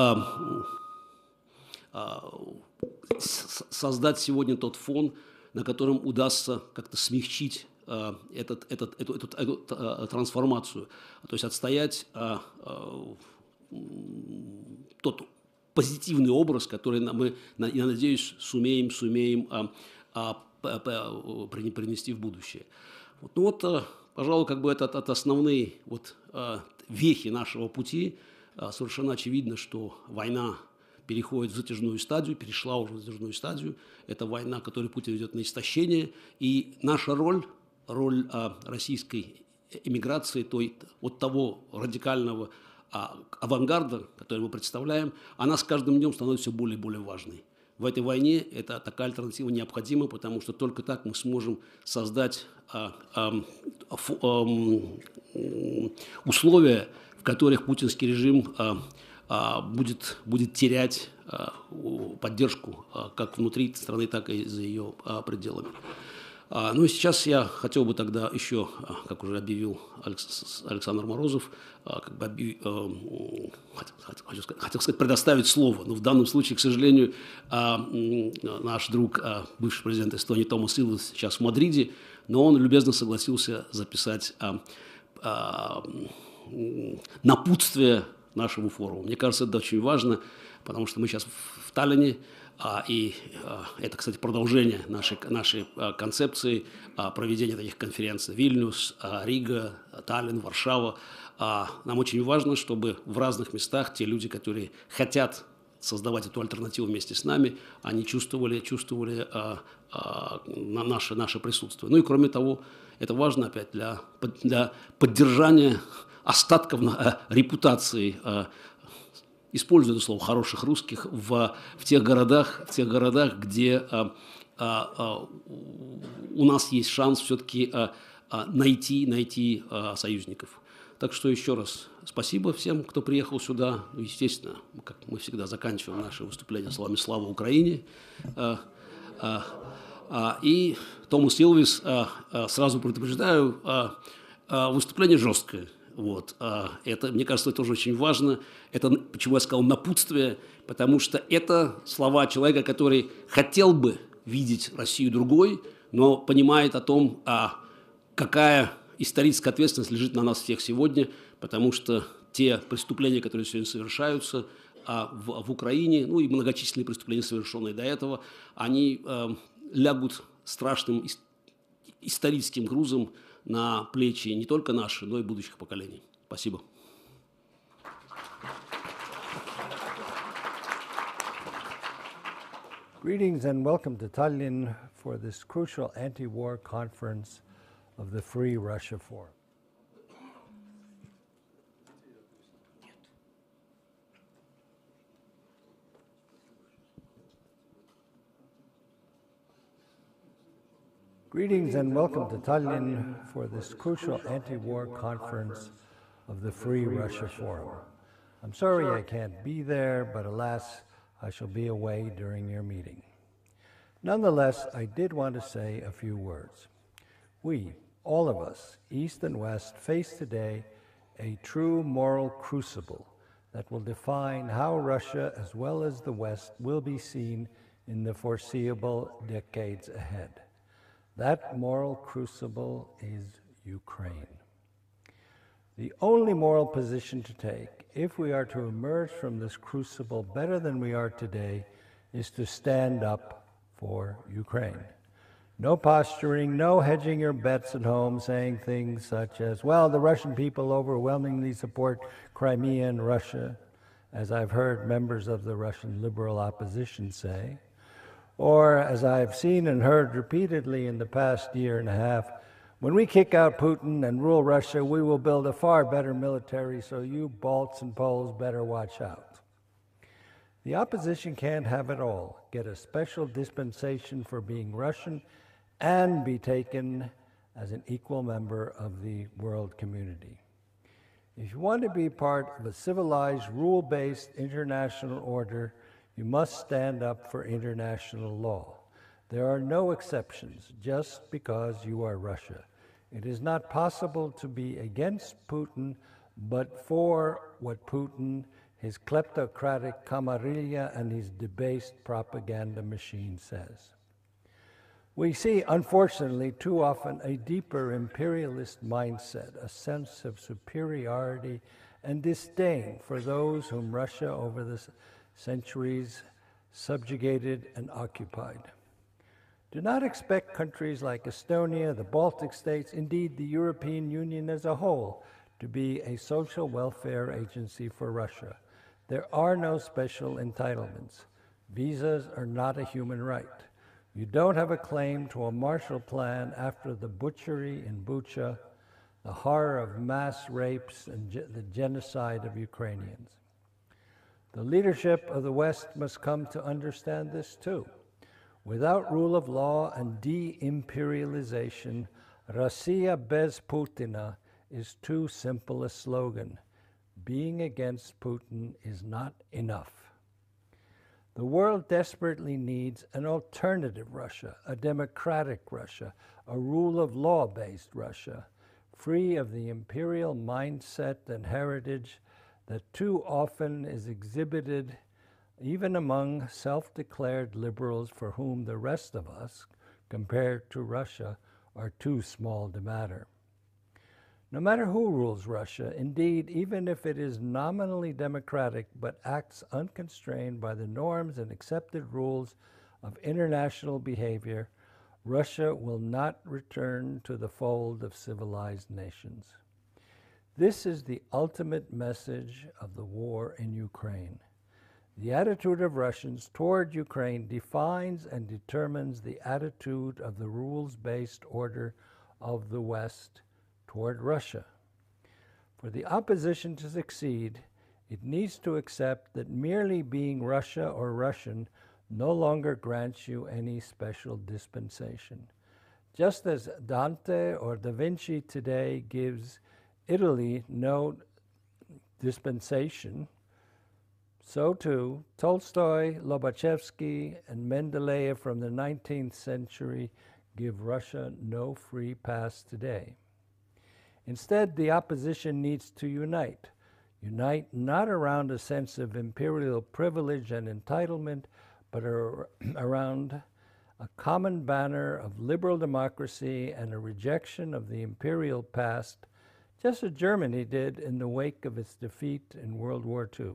создать сегодня тот фон, на котором удастся как-то смягчить эту трансформацию, то есть отстоять тот позитивный образ, который мы, я надеюсь, сумеем принести в будущее. Пожалуй, это основные вехи нашего пути. Совершенно очевидно, что война переходит в затяжную стадию, перешла уже в затяжную стадию. Это война, которую Путин ведет на истощение. И наша роль российской эмиграции, того радикального авангарда, который мы представляем, она с каждым днем становится все более и более важной. В этой войне такая альтернатива необходима, потому что только так мы сможем создать условия, в которых путинский режим будет терять поддержку как внутри страны, так и за ее пределами. Ну и сейчас я хотел бы тогда еще, как уже объявил Александр Морозов, хотел сказать, предоставить слово. Но в данном случае, к сожалению, наш друг, бывший президент Эстонии Томас Иллес сейчас в Мадриде, но он любезно согласился записать напутствие нашему форуму. Мне кажется, это очень важно, потому что мы сейчас в Таллине, Это, кстати, продолжение нашей концепции проведения таких конференций. Вильнюс, Рига, Таллин, Варшава. Нам очень важно, чтобы в разных местах те люди, которые хотят создавать эту альтернативу вместе с нами, они чувствовали наше присутствие. Ну и кроме того, это важно опять для поддержания остатков репутации, используя это слово, хороших русских в тех городах, где у нас есть шанс все-таки найти союзников. Так что еще раз спасибо всем, кто приехал сюда. Естественно, как мы всегда заканчиваем наше выступление словами «Слава Украине». И Томас Илвис, сразу предупреждаю, выступление жесткое. Это, мне кажется, тоже очень важно. Это, почему я сказал, напутствие, потому что это слова человека, который хотел бы видеть Россию другой, но понимает о том, какая историческая ответственность лежит на нас всех сегодня, потому что те преступления, которые сегодня совершаются в Украине, ну и многочисленные преступления, совершенные до этого, они лягут страшным историческим грузом на плечи не только наши, но и будущих поколений. Спасибо. Greetings and welcome to Tallinn for this crucial anti-war conference of the Free Russia Forum. Greetings and welcome to Tallinn for this crucial anti-war conference of the Free Russia Forum. I'm sorry I can't be there, but alas, I shall be away during your meeting. Nonetheless, I did want to say a few words. We, all of us, East and West, face today a true moral crucible that will define how Russia, as well as the West, will be seen in the foreseeable decades ahead. That moral crucible is Ukraine. The only moral position to take, if we are to emerge from this crucible better than we are today, is to stand up for Ukraine. No posturing, no hedging your bets at home, saying things such as, well, the Russian people overwhelmingly support Crimea and Russia, as I've heard members of the Russian liberal opposition say, or as I've seen and heard repeatedly in the past year and a half, when we kick out Putin and rule Russia, we will build a far better military, so you Balts and Poles better watch out. The opposition can't have it all, get a special dispensation for being Russian, and be taken as an equal member of the world community. If you want to be part of a civilized, rule-based international order, you must stand up for international law. There are no exceptions just because you are Russia. It is not possible to be against Putin, but for what Putin, his kleptocratic camarilla, and his debased propaganda machine says. We see, unfortunately, too often a deeper imperialist mindset, a sense of superiority and disdain for those whom Russia over the centuries subjugated and occupied. Do not expect countries like Estonia, the Baltic states, indeed the European Union as a whole, to be a social welfare agency for Russia. There are no special entitlements. Visas are not a human right. You don't have a claim to a Marshall Plan after the butchery in Bucha, the horror of mass rapes, and the genocide of Ukrainians. The leadership of the West must come to understand this too. Without rule of law and de-imperialization, Россия без Putina is too simple a slogan. Being against Putin is not enough. The world desperately needs an alternative Russia, a democratic Russia, a rule of law-based Russia, free of the imperial mindset and heritage that too often is exhibited even among self-declared liberals for whom the rest of us, compared to Russia, are too small to matter. No matter who rules Russia, indeed, even if it is nominally democratic but acts unconstrained by the norms and accepted rules of international behavior, Russia will not return to the fold of civilized nations. This is the ultimate message of the war in Ukraine. The attitude of Russians toward Ukraine defines and determines the attitude of the rules-based order of the West toward Russia. For the opposition to succeed, it needs to accept that merely being Russia or Russian no longer grants you any special dispensation. Just as Dante or Da Vinci today gives Italy no dispensation, so too Tolstoy, Lobachevsky, and Mendeleev from the 19th century give Russia no free pass today. Instead, the opposition needs to unite. Unite not around a sense of imperial privilege and entitlement, but around a common banner of liberal democracy and a rejection of the imperial past, just as Germany did in the wake of its defeat in World War II.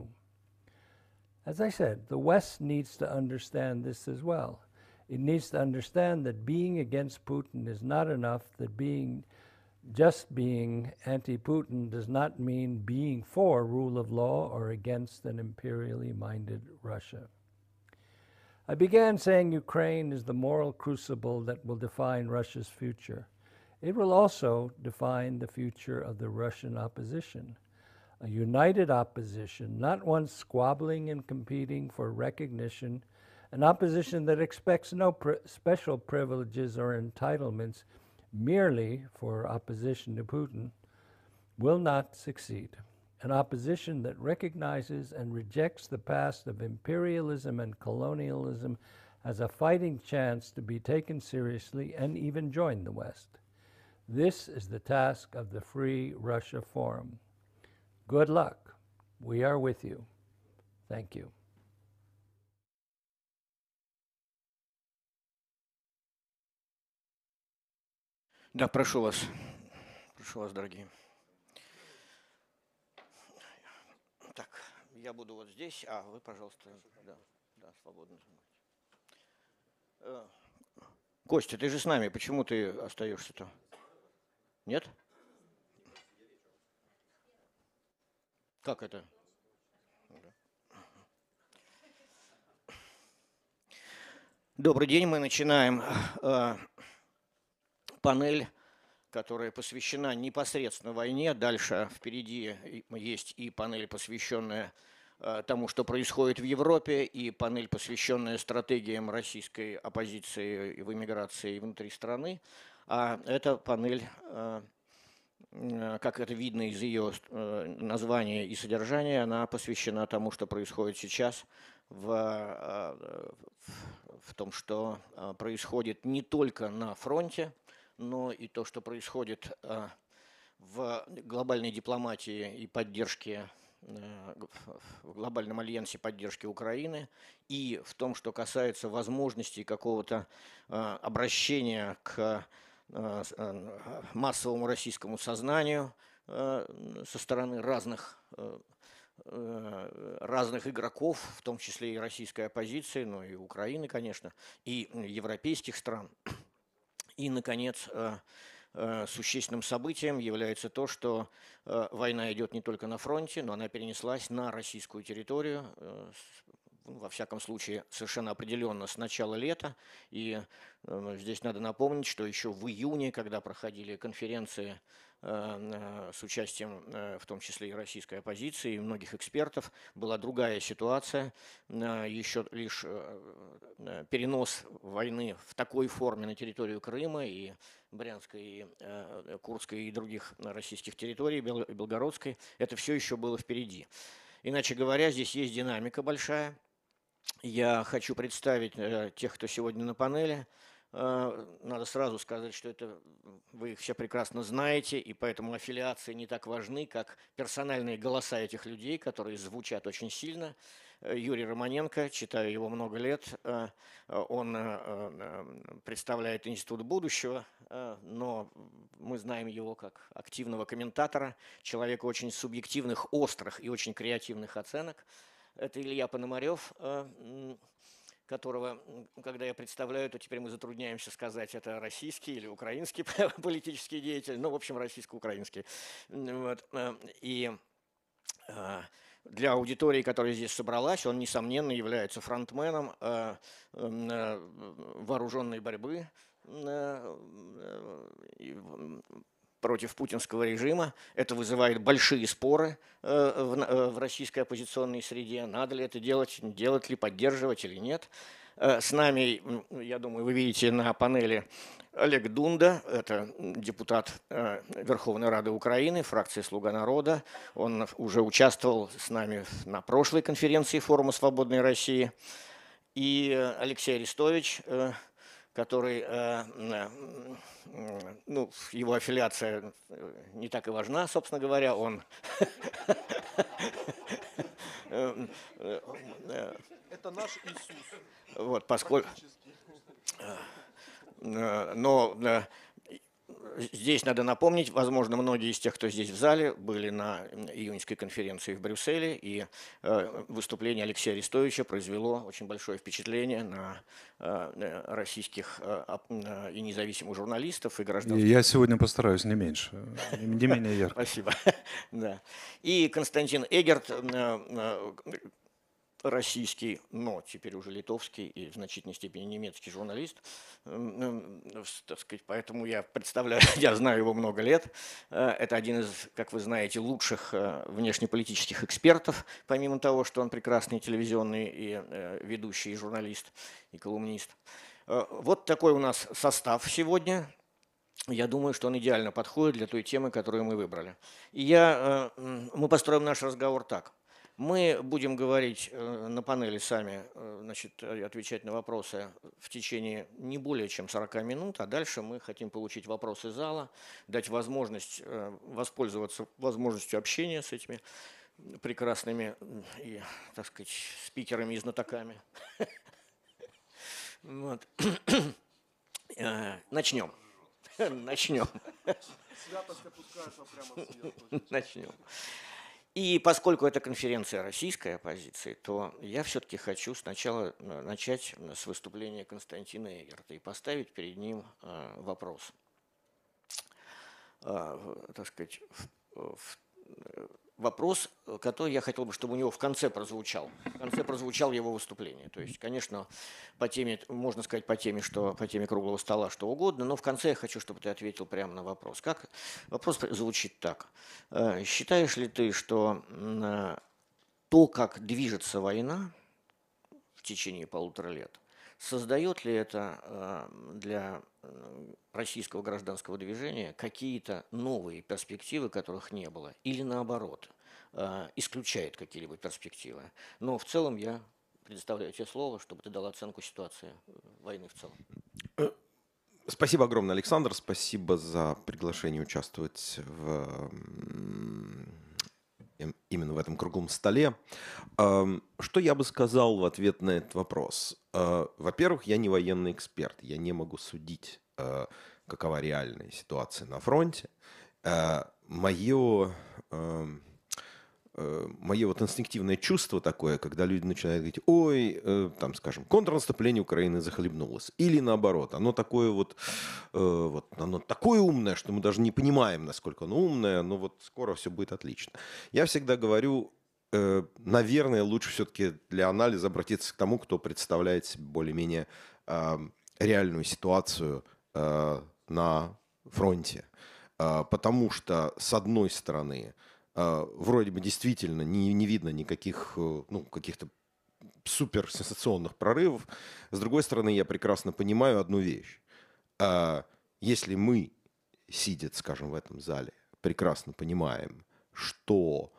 As I said, the West needs to understand this as well. It needs to understand that being against Putin is not enough, that just being anti-Putin does not mean being for rule of law or against an imperially minded Russia. I began saying Ukraine is the moral crucible that will define Russia's future. It will also define the future of the Russian opposition. A united opposition, not one squabbling and competing for recognition, an opposition that expects no special privileges or entitlements merely for opposition to Putin, will not succeed. An opposition that recognizes and rejects the past of imperialism and colonialism has a fighting chance to be taken seriously and even join the West. This is the task of the Free Russia Forum. Good luck. We are with you. Thank you. Да, прошу вас, дорогие. Так, я буду вот здесь, а вы, пожалуйста, да, свободно. Костя, ты же с нами, почему ты остаешься-то? Нет? Как это? Добрый день, мы начинаем панель, которая посвящена непосредственно войне. Дальше впереди есть и панель, посвященная тому, что происходит в Европе, и панель, посвященная стратегиям российской оппозиции в эмиграции внутри страны. А эта панель, как это видно из ее названия и содержания, она посвящена тому, что происходит сейчас в том, что происходит не только на фронте, но и то, что происходит в глобальной дипломатии и поддержке, в глобальном альянсе поддержки Украины, и в том, что касается возможностей какого-то обращения к массовому российскому сознанию со стороны разных игроков, в том числе и российской оппозиции, но и Украины, конечно, и европейских стран. И, наконец, существенным событием является то, что война идет не только на фронте, но она перенеслась на российскую территорию, во всяком случае, совершенно определенно с начала лета. И здесь надо напомнить, что еще в июне, когда проходили конференции с участием в том числе и российской оппозиции, и многих экспертов, была другая ситуация. Еще лишь перенос войны в такой форме на территорию Крыма и Брянской, и Курской, и других российских территорий, Белгородской, это все еще было впереди. Иначе говоря, здесь есть динамика большая. Я хочу представить тех, кто сегодня на панели. Надо сразу сказать, что это вы их все прекрасно знаете, и поэтому аффилиации не так важны, как персональные голоса этих людей, которые звучат очень сильно. Юрий Романенко, читаю его много лет, он представляет Институт будущего, но мы знаем его как активного комментатора, человека очень субъективных, острых и очень креативных оценок. Это Илья Пономарев, которого, когда я представляю, то теперь мы затрудняемся сказать, это российский или украинский политический деятель, ну, в общем, российско-украинский. Вот. И для аудитории, которая здесь собралась, он, несомненно, является фронтменом вооруженной борьбы против путинского режима. Это вызывает большие споры в российской оппозиционной среде. Надо ли это делать ли, поддерживать или нет. С нами, я думаю, вы видите на панели Олег Дунда, это депутат Верховной Рады Украины, фракции «Слуга народа». Он уже участвовал с нами на прошлой конференции форума «Свободной России». И Алексей Арестович, который, ну, его аффилиация не так и важна, собственно говоря, он... Это наш Иисус. Вот, поскольку... Но здесь надо напомнить, возможно, многие из тех, кто здесь в зале, были на июньской конференции в Брюсселе, и выступление Алексея Арестовича произвело очень большое впечатление на российских и независимых журналистов и граждан. Я сегодня постараюсь не меньше, не менее ярко. Спасибо. Да. И Константин Эгерт, российский, но теперь уже литовский и в значительной степени немецкий журналист, так сказать, поэтому я представляю, я знаю его много лет. Это один из, как вы знаете, лучших внешнеполитических экспертов, помимо того, что он прекрасный телевизионный и ведущий, и журналист, и колумнист. Вот такой у нас состав сегодня. Я думаю, что он идеально подходит для той темы, которую мы выбрали. И мы построим наш разговор так. Мы будем говорить на панели сами, значит, отвечать на вопросы в течение не более чем 40 минут, а дальше мы хотим получить вопросы зала, дать возможность воспользоваться возможностью общения с этими прекрасными и, так сказать, спикерами и знатоками. Вот. Начнем. Начнем. Святость опускается прямо сверху. Начнем. И поскольку это конференция российской оппозиции, то я все-таки хочу сначала начать с выступления Константина Эгерта и поставить перед ним вопрос. Так сказать, вопрос, который я хотел бы, чтобы у него в конце прозвучал. В конце прозвучало его выступление. То есть, конечно, по теме, можно сказать по теме круглого стола что угодно, но в конце я хочу, чтобы ты ответил прямо на вопрос. Вопрос звучит так. Считаешь ли ты, что то, как движется война в течение 1,5 лет, создает ли это для российского гражданского движения какие-то новые перспективы, которых не было? Или наоборот, исключает какие-либо перспективы? Но в целом я предоставляю тебе слово, чтобы ты дал оценку ситуации войны в целом. Спасибо огромное, Александр. Спасибо за приглашение участвовать именно в этом круглом столе. Что я бы сказал в ответ на этот вопрос? Во-первых, я не военный эксперт. Я не могу судить, какова реальная ситуация на фронте. Мое вот инстинктивное чувство такое, когда люди начинают говорить, ой, там, скажем, контрнаступление Украины захлебнулось. Или наоборот, оно такое оно такое умное, что мы даже не понимаем, насколько оно умное, но вот скоро все будет отлично. Я всегда говорю, наверное, лучше все-таки для анализа обратиться к тому, кто представляет себе более-менее реальную ситуацию на фронте. Потому что, с одной стороны, вроде бы действительно не видно никаких, каких-то суперсенсационных прорывов. С другой стороны, я прекрасно понимаю одну вещь. Если мы, сидя, скажем, в этом зале, прекрасно понимаем, что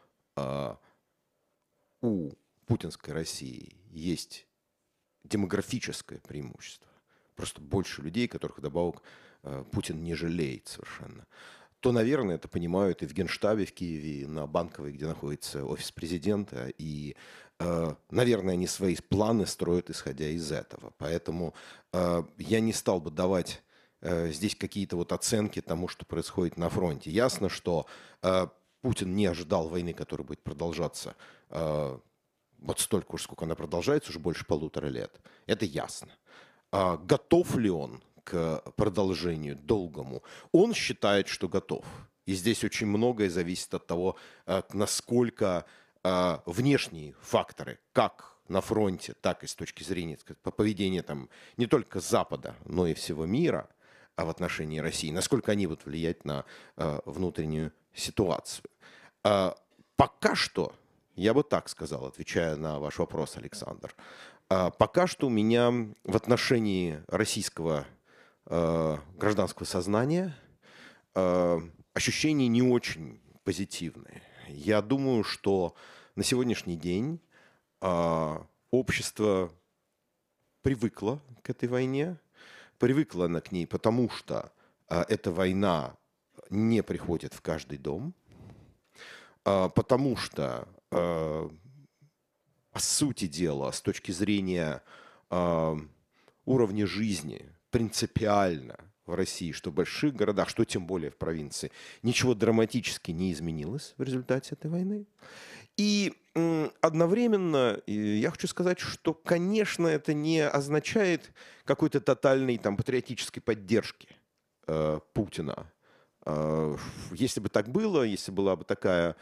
у путинской России есть демографическое преимущество, просто больше людей, которых вдобавок Путин не жалеет совершенно, то, наверное, это понимают и в Генштабе в Киеве, и на Банковой, где находится офис президента, и, наверное, они свои планы строят, исходя из этого. Поэтому я не стал бы давать здесь какие-то вот оценки тому, что происходит на фронте. Ясно, что Путин не ожидал войны, которая будет продолжаться вот столько уж, сколько она продолжается, уже больше 1,5 лет. Это ясно. Готов ли он к продолжению долгому? Он считает, что готов. И здесь очень многое зависит от того, насколько внешние факторы, как на фронте, так и с точки зрения поведения там, не только Запада, но и всего мира, в отношении России, насколько они будут влиять на внутреннюю ситуацию. Пока что, я бы так сказал, отвечая на ваш вопрос, Александр, пока что у меня в отношении российского гражданского сознания ощущения не очень позитивные. Я думаю, что на сегодняшний день общество привыкло к этой войне. Привыкла она к ней, потому что эта война не приходит в каждый дом, потому что, по сути дела, с точки зрения уровня жизни, принципиально в России, что в больших городах, что тем более в провинции, ничего драматически не изменилось в результате этой войны. И одновременно я хочу сказать, что, конечно, это не означает какой-то тотальной там, патриотической поддержки Путина. Если бы так было, если была бы такая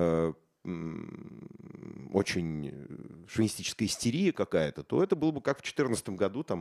очень шовинистическая истерия какая-то, то это было бы как в 2014 году, там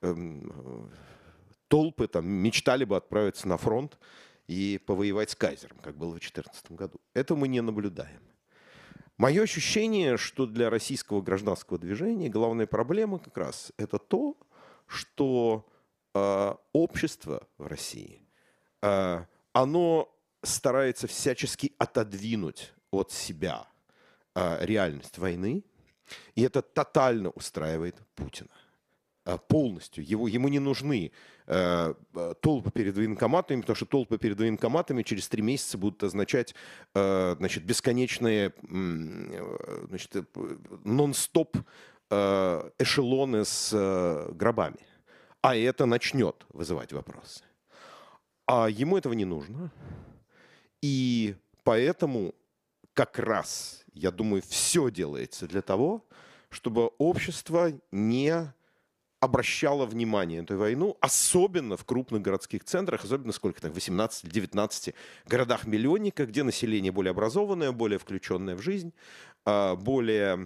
толпы там, мечтали бы отправиться на фронт и повоевать с кайзером, как было в 2014 году. Это мы не наблюдаем. Мое ощущение, что для российского гражданского движения главная проблема как раз это то, что общество в России, оно старается всячески отодвинуть от себя реальность войны, и это тотально устраивает Путина. Полностью. Ему не нужны толпы перед военкоматами, потому что толпы перед военкоматами через 3 месяца будут означать значит, бесконечные значит, нон-стоп эшелоны с гробами. А это начнет вызывать вопросы. А ему этого не нужно. И поэтому как раз, я думаю, все делается для того, чтобы общество не обращало внимание на эту войну, особенно в крупных городских центрах, особенно сколько там, 18-19 городах-миллионниках, где население более образованное, более включенное в жизнь, более,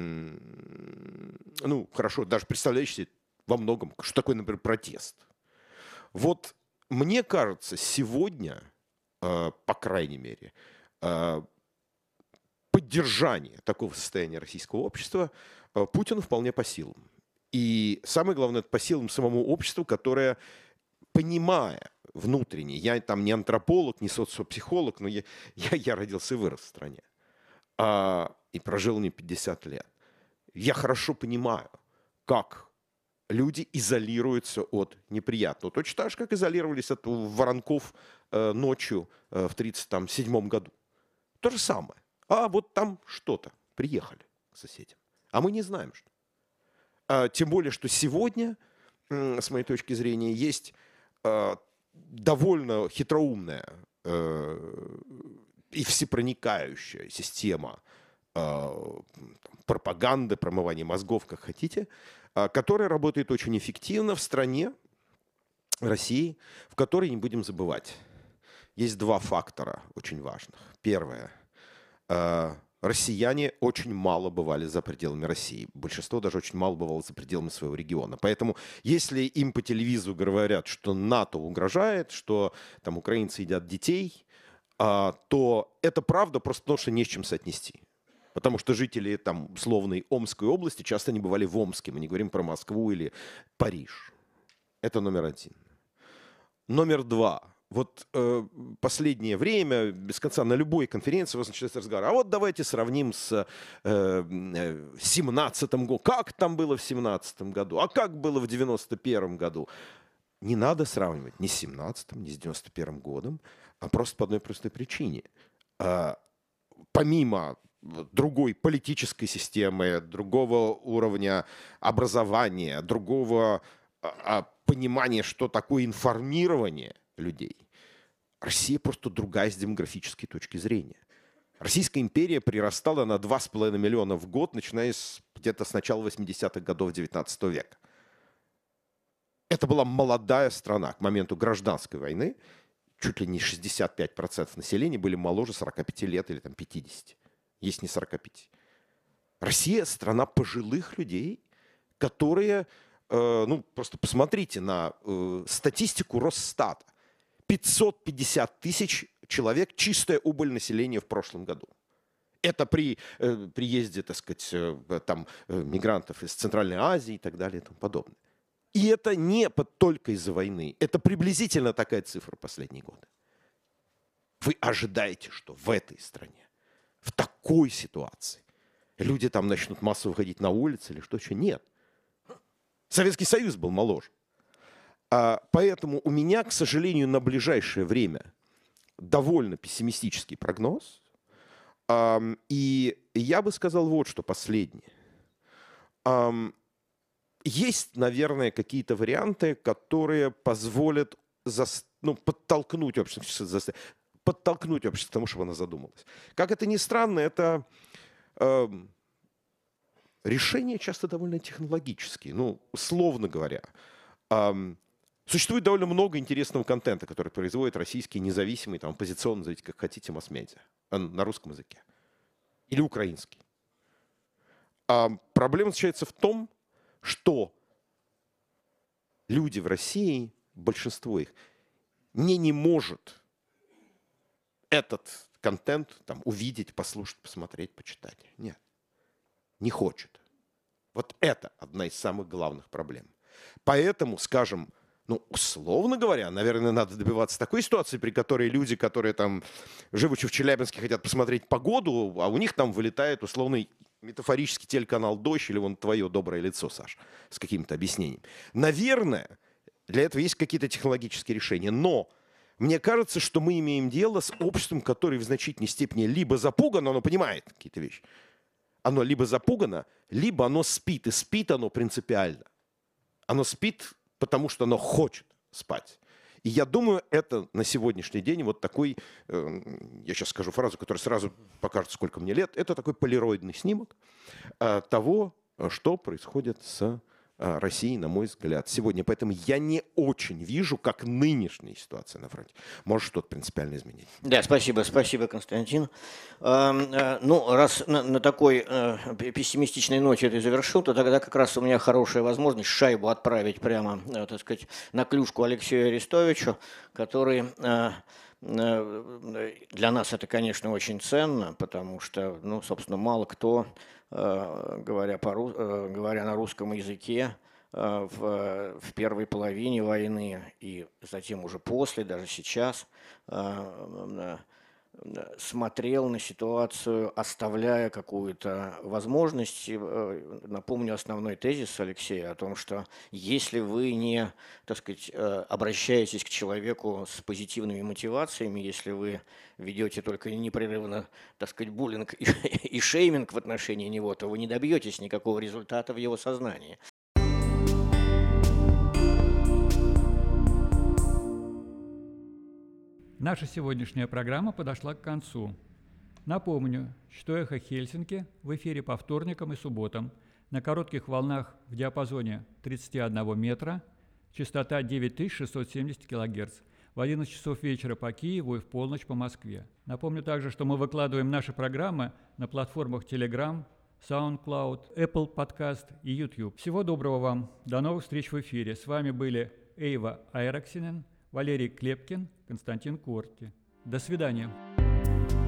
ну, хорошо, даже представляющее во многом, что такое, например, протест. Вот мне кажется, сегодня, по крайней мере, поддержание такого состояния российского общества Путину вполне по силам. И самое главное, это по силам самому обществу, которое, понимая внутренне, я там не антрополог, не социопсихолог, но я родился и вырос в стране, и прожил не 50 лет. Я хорошо понимаю, как люди изолируются от неприятного. Точно так же, как изолировались от воронков ночью в 1937 году. То же самое. А вот там что-то. Приехали к соседям. А мы не знаем, что. Тем более, что сегодня, с моей точки зрения, есть довольно хитроумная и всепроникающая система пропаганды, промывания мозгов, как хотите, которая работает очень эффективно в стране, России, в которой, не будем забывать, есть 2 фактора очень важных. Первое. Россияне очень мало бывали за пределами России. Большинство даже очень мало бывало за пределами своего региона. Поэтому, если им по телевизору говорят, что НАТО угрожает, что там украинцы едят детей, то это правда просто потому, что не с чем соотнести. Потому что жители там условной Омской области часто не бывали в Омске. Мы не говорим про Москву или Париж. Это номер 1. Номер 2. вот последнее время, без конца, на любой конференции у вас начинается разговор. А вот давайте сравним с 17-м годом. Как там было в 17-м году? А как было в 91-м году? Не надо сравнивать ни с 17-м, ни с 91-м годом, а просто по одной простой причине. Помимо другой политической системы, другого уровня образования, другого понимания, что такое информирование людей, Россия просто другая с демографической точки зрения. Российская империя прирастала на 2,5 миллиона в год, начиная где-то с начала 80-х годов 19 века. Это была молодая страна к моменту гражданской войны. Чуть ли не 65% населения были моложе 45 лет или там 50, если не 45. Россия – страна пожилых людей, которые, просто посмотрите на статистику Росстата. 550 тысяч человек – чистая убыль населения в прошлом году. Это при приезде, так сказать, мигрантов из Центральной Азии и так далее и тому подобное. И это не только из-за войны. Это приблизительно такая цифра последние годы. Вы ожидаете, что в этой стране, в такой ситуации, люди там начнут массово выходить на улицы или что еще? Нет. Советский Союз был моложе. Поэтому у меня, к сожалению, на ближайшее время довольно пессимистический прогноз. И я бы сказал вот что последнее. Есть, наверное, какие-то варианты, которые позволят подтолкнуть общество к тому, чтобы оно задумалось. Как это ни странно, это решения часто довольно технологические. Условно говоря, существует довольно много интересного контента, который производит российские независимые, оппозиционные, назовите как хотите, масс-медиа на русском языке или украинский. Проблема заключается в том, что люди в России, большинство их, не может этот контент увидеть, послушать, посмотреть, почитать. Нет, не хочет. Вот это одна из самых главных проблем. Поэтому, скажем, условно говоря, наверное, надо добиваться такой ситуации, при которой люди, которые живучи в Челябинске, хотят посмотреть погоду, а у них там вылетает условный метафорический телеканал «Дождь» или вон твое доброе лицо, Саш, с каким-то объяснением. Наверное, для этого есть какие-то технологические решения, но мне кажется, что мы имеем дело с обществом, которое в значительной степени либо запугано, оно понимает какие-то вещи, оно либо запугано, либо оно спит, и спит оно принципиально. Оно спит, потому что оно хочет спать. И я думаю, это на сегодняшний день вот такой, я сейчас скажу фразу, которая сразу покажет, сколько мне лет, это такой полироидный снимок того, что происходит с Россией, на мой взгляд, сегодня. Поэтому я не очень вижу, как нынешняя ситуация на фронте может что-то принципиально изменить. Да, спасибо, Константин. Раз на такой пессимистичной ноте ты завершил, то тогда как раз у меня хорошая возможность шайбу отправить прямо, так сказать, на клюшку Алексею Арестовичу, который... Для нас это, конечно, очень ценно, потому что, собственно, мало кто, говоря на русском языке, в первой половине войны и затем уже после, даже сейчас, смотрел на ситуацию, оставляя какую-то возможность. Напомню основной тезис Алексея о том, что если вы не, так сказать, обращаетесь к человеку с позитивными мотивациями, если вы ведете только непрерывно, так сказать, буллинг и шейминг в отношении него, то вы не добьетесь никакого результата в его сознании. Наша сегодняшняя программа подошла к концу. Напомню, что «Эхо Хельсинки» в эфире по вторникам и субботам на коротких волнах в диапазоне 31 метра, частота 9670 кГц, в 11 часов вечера по Киеву и в полночь по Москве. Напомню также, что мы выкладываем наши программы на платформах Telegram, SoundCloud, Apple Podcast и YouTube. Всего доброго вам. До новых встреч в эфире. С вами были Эйва Айраксинен, Валерий Клепкин, Константин Корти. До свидания.